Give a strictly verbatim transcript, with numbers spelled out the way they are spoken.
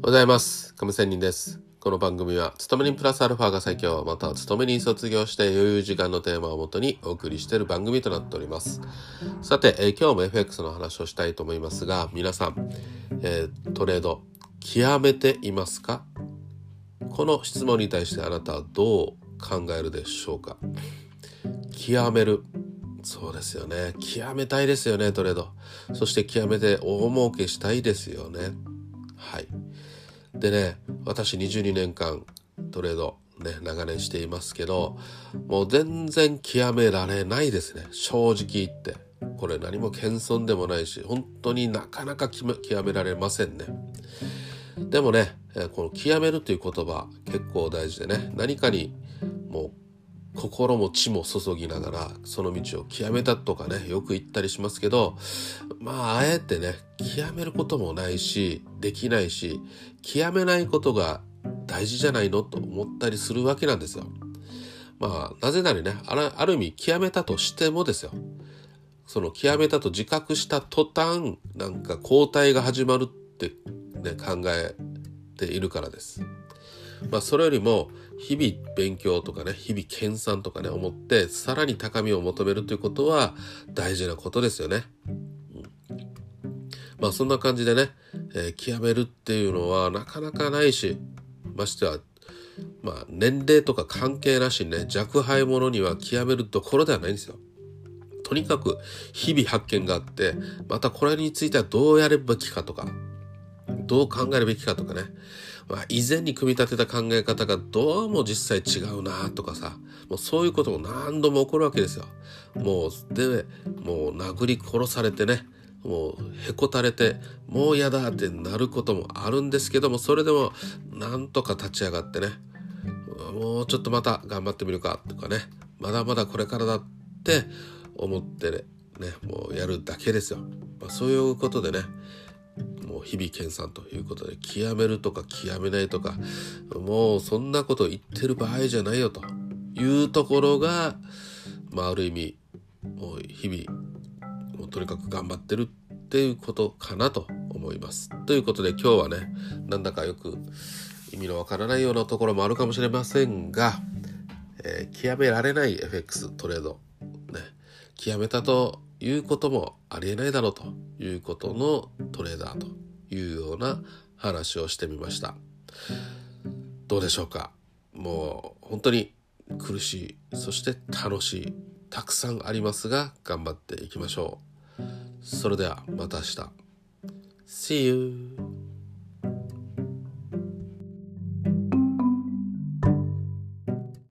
ございます。亀仙人です。この番組は勤め人プラスアルファが最強、または勤め人卒業して余裕時間のテーマをもとにお送りしている番組となっております。さて、えー、今日も エフエックス の話をしたいと思いますが、皆さん、えー、トレード極めていますか？この質問に対してあなたはどう考えるでしょうか？極める。そうですよね。極めたいですよね、トレード。そして極めて大儲けしたいですよね。はい。でね、私にじゅうにねんかんトレードね、長年していますけど、もう全然極められないですね。正直言って。これ何も謙遜でもないし、本当になかなか極められませんね。でもね、この極めるという言葉結構大事でね、何かにもう心も血も注ぎながらその道を極めたとかね、よく言ったりしますけど、まああえてね、極めることもないしできないし、極めないことが大事じゃないのと思ったりするわけなんですよ。まあなぜならね、ある、ある意味極めたとしてもですよ、その極めたと自覚した途端なんか後退が始まるってね、考えているからです。まあそれよりも日々勉強とかね、日々研鑽とかね思ってさらに高みを求めるということは大事なことですよね。うん、まあそんな感じでね、えー、極めるっていうのはなかなかないし、ましてはまあ年齢とか関係なしにね、若輩者には極めるどころではないんですよ。とにかく日々発見があって、またこれについてはどうやるべきかとか、どう考えるべきかとかね、まあ、以前に組み立てた考え方がどうも実際違うなとかさ、もうそういうことも何度も起こるわけですよ。もうでもう殴り殺されてね、もうへこたれてもう嫌だってなることもあるんですけども、それでもなんとか立ち上がってね、もうちょっとまた頑張ってみるかとかね、まだまだこれからだって思ってね、もうやるだけですよ。まあ、そういうことでね、もう日々研鑽ということで、極めるとか極めないとか、もうそんなこと言ってる場合じゃないよというところが、まあある意味もう日々もうとにかく頑張ってるっていうことかなと思います。ということで今日はね、なんだかよく意味のわからないようなところもあるかもしれませんが、えー、極められない エフエックス トレードね、極めたということもありえないだろうということのトレーダーというような話をしてみました。どうでしょうか？もう本当に苦しい、そして楽しい、たくさんありますが頑張っていきましょう。それではまた明日。See you!